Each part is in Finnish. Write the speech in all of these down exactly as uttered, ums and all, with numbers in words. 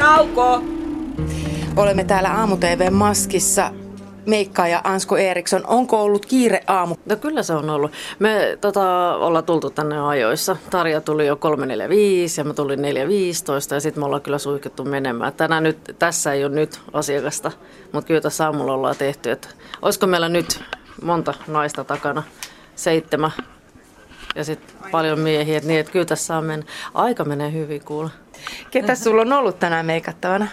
Tauko! Olemme täällä aamu-T V:n maskissa. Meikkaaja Ansku Eriksson, onko ollut kiire aamu? No kyllä se on ollut. Me tota, ollaan tultu tänne ajoissa. Tarja tuli jo kolme neljäkymmentäviisi ja mä tulin neljä viisitoista ja sitten me ollaan kyllä suihkettu menemään. Tänään nyt, tässä ei ole nyt asiakasta, mutta kyllä tässä aamulla ollaan tehty. Että olisiko meillä nyt monta naista takana? Seitsemän. Ja sitten paljon miehiä, niin että kyllä tässä saa mennä. Aika menee hyvin kuule. Ketä sulla on ollut tänään meikattavana?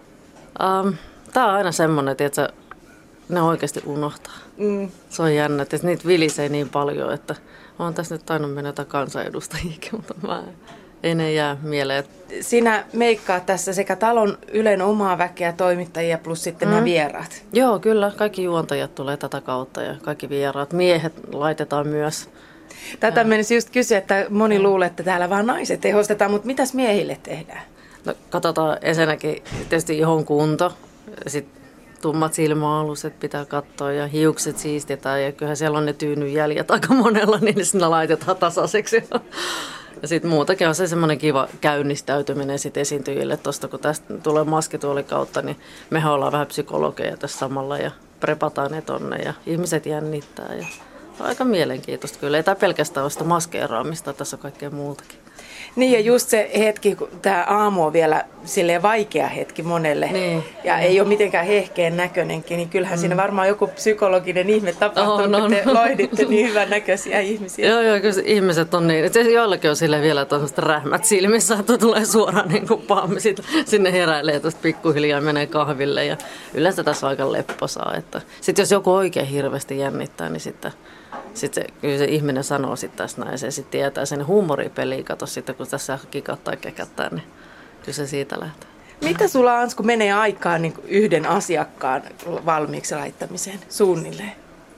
Um, Tää on aina semmoinen, että ne oikeasti unohtaa. Mm. Se on jännä, että niitä vilisee niin paljon, että on tässä nyt tainnut mennä jotain kansanedustajiakin, mutta mä ei ne jää mieleen. Sinä meikkaat tässä sekä talon Ylen omaa väkeä, toimittajia plus sitten mm. nämä vieraat. Joo, kyllä. Kaikki juontajat tulee tätä kautta ja kaikki vieraat. Miehet laitetaan myös. Tätä menisi just kysyä, että moni luulee, että täällä vaan naiset tehostetaan, mutta mitäs miehille tehdään? No katsotaan ensinnäkin tietysti ihon kunto, sitten tummat silmäaluset pitää katsoa ja hiukset siistetään ja kyllähän siellä on ne tyynynjäljet aika monella, niin sinne laitetaan tasaiseksi. Ja sitten muutakin on se semmoinen kiva käynnistäytyminen sitten esiintyjille tuosta, kun tästä tulee maskituoli kautta, niin mehän ollaan vähän psykologeja tässä samalla ja prepataan ne tonne ja ihmiset jännittää ja aika mielenkiintoista kyllä. Ei tämä pelkästään ole sitä maskeeraamista, tässä on kaikkea muutakin. Niin ja just se hetki, kun tämä aamu on vielä silleen vaikea hetki monelle niin, ja niin. Ei ole mitenkään hehkeen näköinenkin, niin kyllähän mm. siinä varmaan joku psykologinen ihme tapahtuu, oh, no, kun te no. loihditte niin hyvän näköisiä ihmisiä. Joo, joo, kyllä ihmiset on niin. Se joillakin on silleen vielä tuollaiset rähmät silmissä, että tulee suoraan niin kuin paamme sinne heräilee tuosta pikkuhiljaa ja menee kahville ja yleensä tässä on aika lepposaa. Sitten jos joku oikein hirveästi jännittää, niin sitten... Sitten se, kyllä se ihminen sanoo sitten tässä näin, se sitten tietää sen huumoripeliä, kato sitten kun tässä kikattaa ja kekättää, niin kyllä se siitä lähtee. Mitä sulla, Ansku, menee aikaan niin yhden asiakkaan valmiiksi laittamiseen suunnilleen?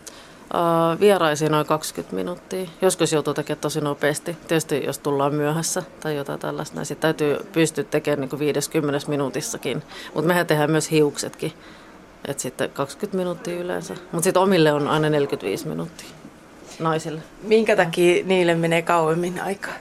Uh, vieraisiin noin kaksikymmentä minuuttia. Joskus joutuu tekemään tosi nopeasti. Tietysti jos tullaan myöhässä tai jotain tällaista, niin sitten täytyy pystyä tekemään niin viisikymmentä minuutissakin. Mutta mehän tehdään myös hiuksetkin. Et sitten kaksikymmentä minuuttia yleensä. Mutta sitten omille on aina neljäkymmentäviisi minuuttia. Naisille. Minkä takia niille menee kauemmin aikaa?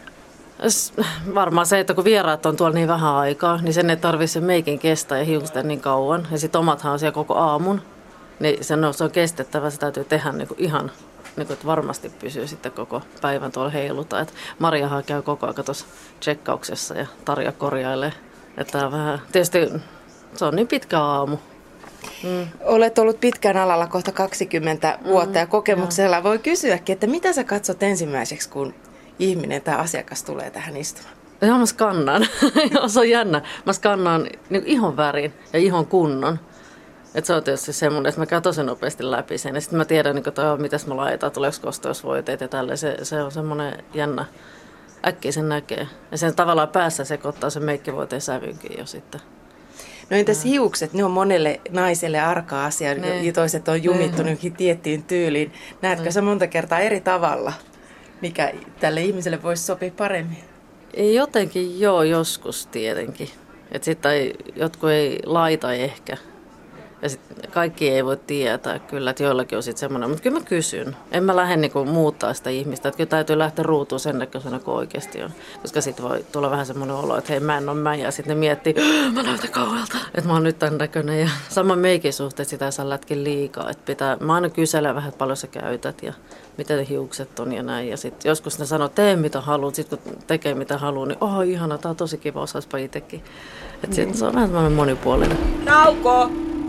Varmaan se, että kun vieraat on tuolla niin vähän aikaa, niin sen ei tarvitse se meikin kestää ja hiukset niin kauan. Ja sitten omathan on siellä koko aamun, niin se on, se on kestettävä, se täytyy tehdä niin kuin ihan, niin kuin, että varmasti pysyy sitten koko päivän tuolla heiluta. Et Mariahan käy koko ajan tuossa tsekkauksessa ja Tarja korjailee. Että on vähän, tietysti se on niin pitkä aamu. Mm. Olet ollut pitkän alalla kohta kaksikymmentä vuotta ja kokemuksella mm, voi kysyäkin, että mitä sä katsot ensimmäiseksi, kun ihminen tai asiakas tulee tähän istumaan? Joo, mä skannaan. Se on jännä. Mä skannaan niin ihon värin ja ihon kunnon. Et se on tietysti semmoinen, että mä käyn tosi nopeasti läpi sen. Ja sitten mä tiedän, niin että mitäs mä laitan, tuleeko kosteusvoiteet ja tälleen. Se, se on semmoinen jännä. Äkkiä sen näkee. Ja sen tavallaan päässä sekoittaa sen meikkivoiteen sävynkin jo sitten. No entäs hiukset, ne on monelle naiselle arka asia, ne. Toiset on jumittu johonkin tiettyyn tyyliin. Näetkö ne. Sä monta kertaa eri tavalla, mikä tälle ihmiselle voisi sopia paremmin? Jotenkin joo, joskus tietenkin. Että sitten jotkut ei laita ehkä. Ja sitten kaikki ei voi tietää kyllä, että joillakin on sitten semmoinen. Mutta kyllä mä kysyn. En mä lähde niinku muuttaa sitä ihmistä. Että kyllä täytyy lähteä ruutuun sen näköisenä kuin oikeasti on. Koska sitten voi tulla vähän semmoinen olo, että hei mä en ole mä. Ja sitten ne miettii, mä näytän kauhealta. Että mä oon nyt tämän näköinen. Ja sama meikin suhteen, sitä ei saa lätkin liikaa. Että pitää, mä aina kyselen vähän, että paljon sä käytät ja miten ne hiukset on ja näin. Ja sitten joskus ne sanoo, tee mitä haluat. Sitten kun tekee mitä haluaa, niin oh ihana, tää on tosi kiva, osaispa itsekin. Että sitten se on vähän semmoinen monipuolinen. Tauko!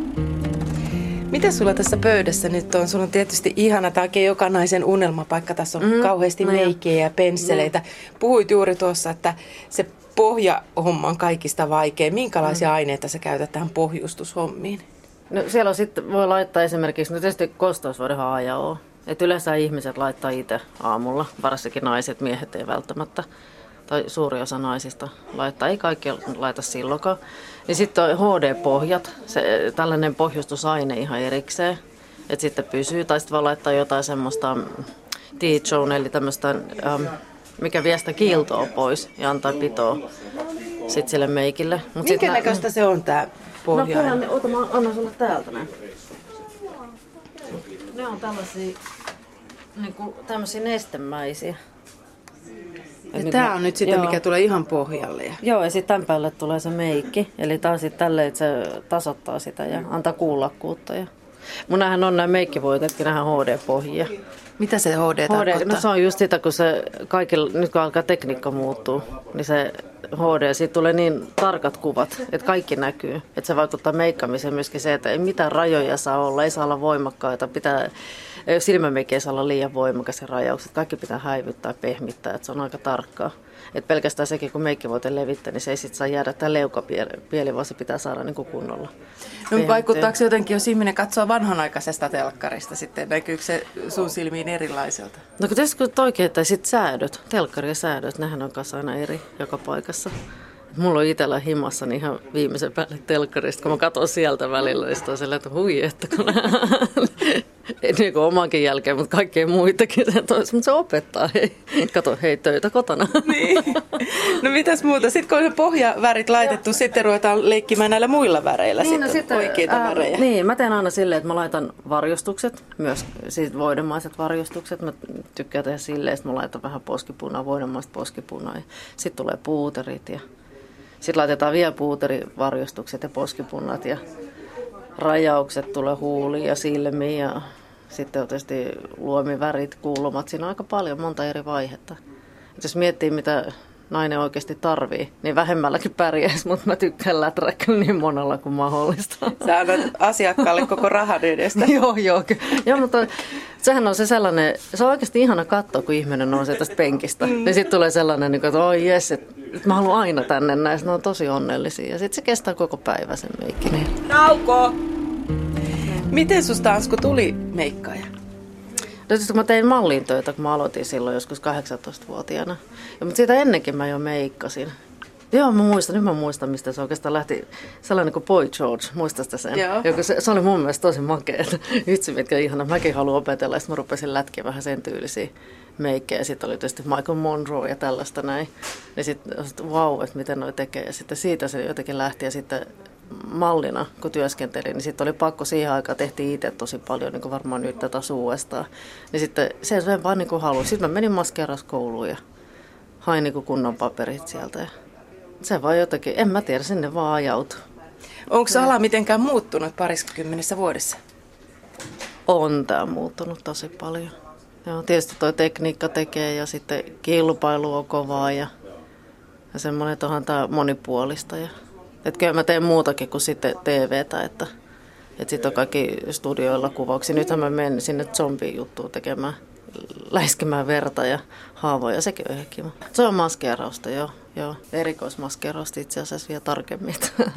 Mitä sulla tässä pöydässä nyt on? Sulla on tietysti ihana, tämä oikein joka naisen unelmapaikka. Tässä on mm, kauheasti no meikkejä ja pensseleitä. Mm. Puhuit juuri tuossa, että se pohjahomma on kaikista vaikea. Minkälaisia mm. aineita sä käytät tähän pohjustushommiin? No siellä on sitten, voi laittaa esimerkiksi, no tietysti kosteusvoidehan aja on. Että yleensä ihmiset laittaa itse aamulla, varsinkin naiset, miehet ei välttämättä. Tai suuri osa naisista laittaa, ei kaikki laita silloinkaan. Ja sitten on H D-pohjat, se, tällainen pohjustusaine ihan erikseen, että sitten pysyy. Tai sitten voi laittaa jotain semmoista T-zone, eli tämmöistä, ähm, mikä vie sitä kiiltoa pois ja antaa pitoa sitten sille meikille. Mut minkä sit näköistä nä- se on tää pohja? No kyllä, ota mä annan sulle täältä näin. Ne on tällaisia, niinku, tämmöisiä nestemäisiä. Ja tämä on nyt sitä, mikä tulee ihan pohjalle. Ja... Joo, ja sitten tämän päälle tulee se meikki. Eli tämä on sitten tälleen, että se tasoittaa sitä ja antaa kuulakkuutta. Ja... Mun nämähän on nämä meikkivoitetkin, nämä H D-pohjia. Mitä se H D H D tarkoittaa? No se on just sitä, kun se kaikilla, nyt kun alkaa tekniikka muuttuu, niin se H D, siitä tulee niin tarkat kuvat, että kaikki näkyy. Että se vaikuttaa meikkaamiseen myöskin se, että ei mitään rajoja saa olla, ei saa olla voimakkaita, pitää... Silmämeikki ei saa olla liian voimakas ja rajaukset. Kaikki pitää häivyttää ja pehmittää, että se on aika tarkkaa. Et pelkästään sekin, kun meikkivoite levittää, niin se ei sit saa jäädä tämä leukapieli, vaan se pitää saada niin kuin kunnolla. No, vaikuttaako se jotenkin, jos ihminen katsoo vanhanaikaisesta telkkarista, sitten näkyykö se sun silmiin erilaiselta? No kun tässä oikein, että sitten säädöt, telkkari ja säädöt, nehän on kanssa aina eri joka paikassa. Mulla on itsellä himassa niin ihan viimeisen päälle telkkarista, kun mä katson sieltä välillä, niin sitten on sellainen, että hui, että kun ei niin kuin omankin jälkeen, mutta kaikkien muitakin. Mutta se opettaa, hei, kato, hei, töitä kotona. Niin. No mitäs muuta? Sitten kun on pohjavärit laitettu, ja. Sitten ruvetaan leikkimään näillä muilla väreillä niin, sitten, no sitten oikeita ää, värejä. Niin, mä teen aina silleen, että mä laitan varjostukset, myös siis voidemaiset varjostukset. Mä tykkään tehdä silleen, että mä laitan vähän poskipunaa, voidemaista poskipunaa. Sitten tulee puuterit ja... Sitten laitetaan vielä puuterivarjostukset ja poskipunnat ja rajaukset tulee huuliin ja silmiin ja sitten on tietysti luomivärit, kulmat. Siinä on aika paljon, monta eri vaihetta. Et jos miettii, mitä nainen oikeasti tarvii, niin vähemmälläkin pärjäisi, mutta mä tykkään läträä niin monella kuin mahdollista. Sä annat asiakkaalle koko rahan edestä. joo, joo. joo, mutta sehän on se sellainen, se on oikeasti ihana katsoa, kun ihminen nousee tästä penkistä. Mm. Niin sitten tulee sellainen, että oi jes, että mä haluan aina tänne näin, ne on tosi onnellisia. Ja sitten se kestää koko päivä sen meikki. Niin. Nauko! Miten susta, Ansku, tuli meikkaaja? No siis kun mä tein malliin töitä, kun mä aloitin silloin joskus kahdeksantoistavuotiaana. Ja, mutta siitä ennenkin mä jo meikkasin. Joo, mä muistan, nyt mä muistan, mistä se oikeastaan lähti. Sellainen kuin Boy George, muistat sen? Joku, se, se oli mun mielestä tosi makea. Itse mitkä ihana, mäkin haluan opetella. Ja sitten mä rupesin lätkiä vähän sen tyylisiä meikkejä. Sitten oli tietysti Michael Monroe ja tällaista näin. Ja sitten vau, että miten noi tekee. Ja sitten siitä se jotenkin lähti. Ja sitten mallina, kun työskentelin, niin sitten oli pakko siihen aikaan, tehtiin itse tosi paljon, niin kuin varmaan nyt tätä uudestaan. Niin sitten se vaan niin kuin halusi. Sitten mä menin maskeerauskouluun ja hain niin kuin kunnon paperit sieltä. Ja se vaan jotenkin, en mä tiedä, sinne vaan ajautui. Onko se ala mitenkään muuttunut pariskymmenessä vuodessa? On tämä muuttunut tosi paljon. Joo, tietysti tuo tekniikka tekee ja sitten kilpailu on kovaa ja, ja semmoinen, että onhan tämä monipuolista. Ja, että kyllä mä teen muutakin kuin sitten T V:tä, että, että sitten on kaikki studioilla kuvauksia. Nythän mä menen sinne zombi-juttuun tekemään, läiskemään verta ja haavoja, sekin on ihan kiva. Se on maskeerausta, joo. joo. Erikoismaskeerausta itse asiassa vielä tarkemmin.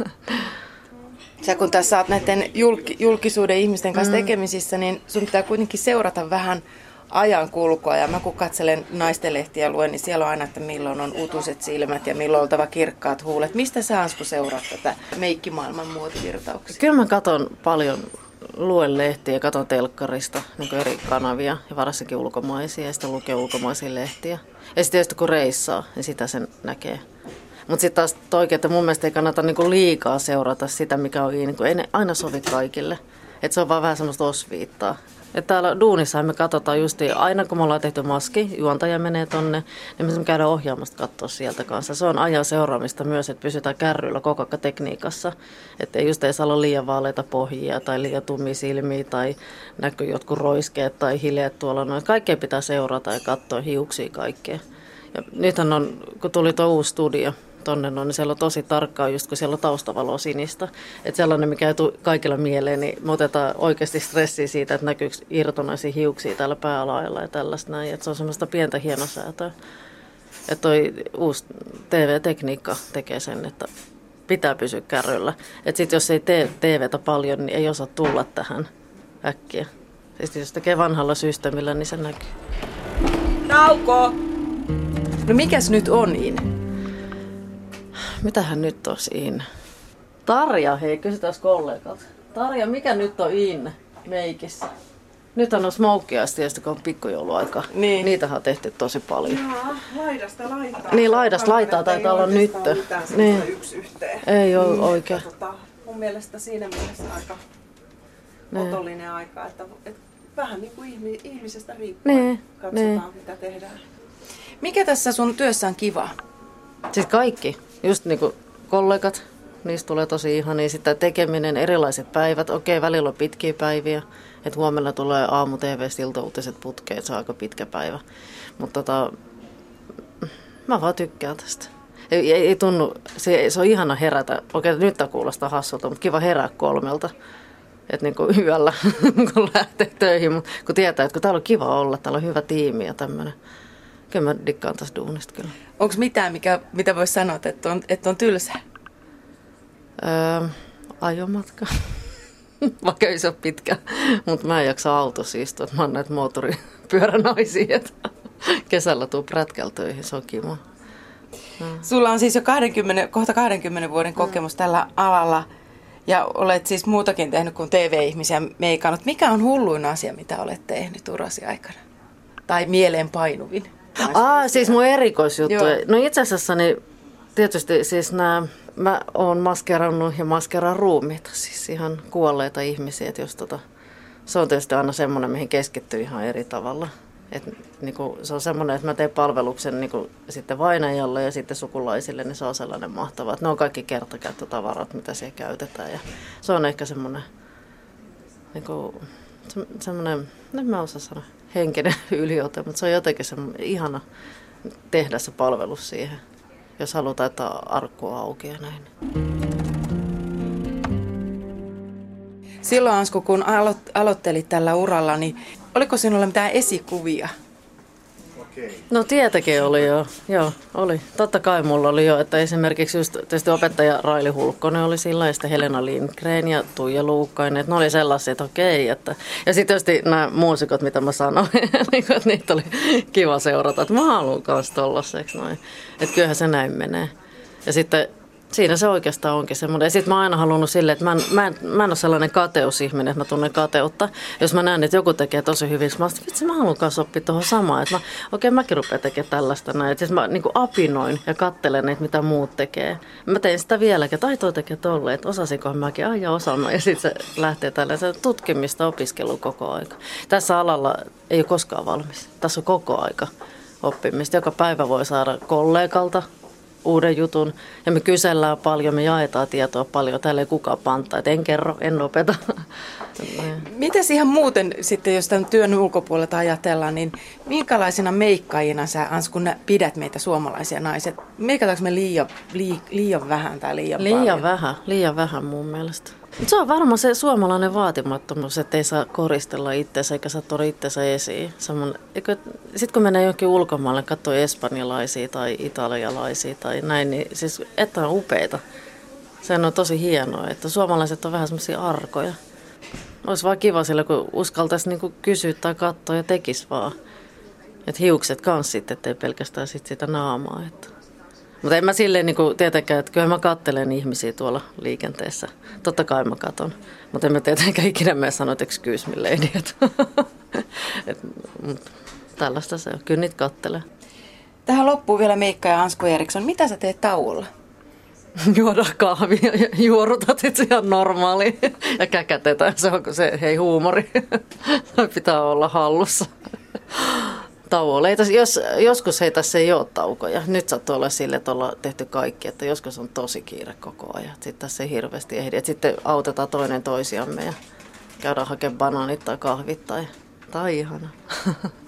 Sä kun tässä oot näiden julk- julkisuuden ihmisten kanssa mm. tekemisissä, niin sun pitää kuitenkin seurata vähän ajan kulkua. Ja mä kun katselen naistenlehtiä luen, niin siellä on aina, että milloin on utuset silmät ja milloin oltava kirkkaat huulet. Mistä sä, Ansku, seuraat tätä meikkimaailman muotivirtauksia? Kyllä mä katson paljon, luen lehtiä ja katson telkkarista niin eri kanavia ja varsinkin ulkomaisia ja sitten lukee ulkomaisia lehtiä. Ja sitten tietysti kun reissaa, niin sitä sen näkee. Mutta sitten taas oikein, että mun mielestä ei kannata niinku liikaa seurata sitä, mikä on niinku, ei ne aina sovi kaikille. Että se on vaan vähän semmoista osviittaa. Et täällä duunissa me katsotaan justiin, aina kun me ollaan tehty maski, juontaja menee tonne, niin me käydään ohjaamasta katsoa sieltä kanssa. Se on ajan seuraamista myös, että pysytään kärryillä koko ajan tekniikassa. Että just ei saa olla liian vaaleita pohjia tai liian tummia silmiä tai näkyy jotkut roiskeet tai hileet tuolla. No, kaikkea pitää seurata ja katsoa hiuksia kaikkea. Ja nythän on, kun tuli tuo uusi studio tonne, no, niin siellä on tosi tarkkaa, just kun siellä on taustavaloa sinistä. Että sellainen, mikä ei tule kaikilla mieleen, niin me otetaan oikeasti stressiä siitä, että näkyykö irtonaisia hiuksia täällä päälailla ja tällaista näin. Että se on semmoista pientä hienosäätöä. Että toi uusi T V-tekniikka tekee sen, että pitää pysyä kärryllä. Että sitten jos ei tee T V:tä paljon, niin ei osaa tulla tähän äkkiä. Sitten jos tekee vanhalla systeemillä, niin se näkyy. Nauko! No mikäs nyt on in? Mitähän nyt on in? Tarja, hei, kysytään kollegat. Tarja, mikä nyt on in meikissä? Nyt on smokeasta tietysti, kun on pikkujouluaika. Niin. Niitähän on tehty tosi paljon. Jaa, laidasta laitaa. Niin, laidasta laitaa taitaa olla nyt. Niin. Yksi yhteen. Ei ole mm. oikein. Tota, mun mielestä siinä mielessä aika niin. otollinen aika, että, että vähän niin kuin ihmisestä riippuen niin. katsotaan, niin. mitä tehdään. Mikä tässä sun työssä on kivaa? Siis kaikki, just niin kuin kollegat, niistä tulee tosi ihania. Sitä tekeminen, erilaiset päivät. Okei, välillä on pitkiä päiviä. Että huomenna tulee aamu T V-stä iltauutiset putkeen, se on aika pitkä päivä. Mutta tota, mä vaan tykkään tästä. Ei, ei, ei tunnu, se, se on ihana herätä. Okei, nyt tämä kuulostaa hassulta, mutta kiva herää kolmelta. Että niin kuin yöllä, kun lähtee töihin. Mutta kun tietää, että kun täällä on kiva olla, täällä on hyvä tiimi ja tämmöinen. Kyllä mä dikkaan tästä duunista kyllä. Onko mitään, mikä, mitä voisi sanoa, että on, että on tylsää? Öö, ajomatka. Vaikka ei se ole pitkä, mutta mä en jaksa autossa istua. Mä oon näitä moottoripyöränaisia, että kesällä tuu prätkällä töihin, se on kiva. No. Sulla on siis jo kaksikymmentä, kohta kaksikymmentä vuoden kokemus no. tällä alalla ja olet siis muutakin tehnyt kuin T V-ihmisiä meikannut. Mikä on hulluin asia, mitä olet tehnyt urasi aikana? Tai mieleen painuvin? Aa, siis mun erikoisjuttu. No itse asiassa niin tietysti siis nämä, mä oon maskerannut ja maskeraan ruumiita, siis ihan kuolleita ihmisiä. Että jos tota, se on tietysti aina semmoinen, mihin keskittyy ihan eri tavalla. Et, niinku, se on semmoinen, että mä teen palveluksen niinku, sitten vainajalle ja sitten sukulaisille, niin se on sellainen mahtava. Että ne on kaikki kertakäyttötavarat, mitä siellä käytetään. Ja se on ehkä semmoinen, niinku, se, semmoinen, en mä osaa sanoa, henkinen yliote, mutta se on jotenkin semmoinen ihana tehdä se palvelus siihen, jos halutaan, että arkkua auki ja näin. Silloin, Ansku, kun alo- aloittelit tällä uralla, niin oliko sinulla mitään esikuvia? No tietenkin oli jo, joo, oli. Totta kai mulla oli jo, että esimerkiksi just tietysti opettaja Raili Hulkkonen oli sillä ja sitten Helena Lindgren ja Tuija Luukkainen, että ne oli sellaisia, että okei. Että, ja sitten tietysti nämä muusikot, mitä mä sanoin, että niitä oli kiva seurata, että mä haluan kanssa tollaiseksi noin. Että kyllähän se näin menee. Ja sitten siinä se oikeastaan onkin semmoinen. Ja sitten mä oon aina halunnut silleen, että mä en, mä, en, mä en ole sellainen kateusihminen, että mä tunnen kateutta. Jos mä näen, että joku tekee tosi hyvin, mä oon, vitsi, mä haluan kanssa oppia tuohon samaan. Että mä, okei, okay, mäkin rupean tekemään tällaista näin. Että siis mä niin kuin apinoin ja katselen, että mitä muut tekee. Mä tein sitä vieläkin, että ai toi tekee tolleen, että osasinkohan mäkin, ai ja osaamaan. Ja sitten se lähtee tällaisen tutkimista, opiskelua koko aika. Tässä alalla ei ole koskaan valmis. Tässä on koko aika oppimista. Joka päivä voi saada kollegalta uuden jutun. Ja me kysellään paljon, me jaetaan tietoa paljon. Täällä ei kukaan pantaa, että en kerro, en opeta. Mites ihan muuten sitten, jos tämän työn ulkopuolelta ajatellaan, niin minkälaisina meikkaajina sä, Ansku, pidät meitä suomalaisia naiset? Meikataanko me liian, liian, liian vähän tai liian, liian paljon? Liian vähän, liian vähän mun mielestä. Mut se on varmaan se suomalainen vaatimattomuus, että ei saa koristella itseänsä eikä saa tuoda itseänsä esiin. Sitten kun menee johonkin ulkomaalle, katsoo espanjalaisia tai italialaisia tai näin, niin siis että on upeita. Se on tosi hienoa, että suomalaiset on vähän semmoisia arkoja. Olisi vaan kiva sillä, kun uskaltaisi niinku kysyä tai katsoa ja tekisi vaan. Että hiukset kanssa sitten, ettei pelkästään sit sitä naamaa. Että. Mutta en mä silleen niinku tietenkään, että kyllä mä katselen ihmisiä tuolla liikenteessä. Totta kai mä katon. Mutta en mä tietenkään ikinä mene sanoa, että excuse me lady. Et, mut tällaista se on. Kyllä niitä kattelee. Tähän loppuu vielä Miikka ja Ansku Eriksson. Mitä sä teet tauolla? Juoda kahvia ja juorutat itse ihan normaali ja käkätetään. Se on se, hei, huumori. Pitää olla hallussa. Tauolla. Ei, jos, joskus ei tässä ei ole taukoja. Nyt sattuu olla sille, että ollaan tehty kaikki, että joskus on tosi kiire koko ajan. Sitten tässä ei hirveästi ehdi. Et sitten autetaan toinen toisiamme ja käydään hakemaan banaanit tai kahvit tai, tai ihana.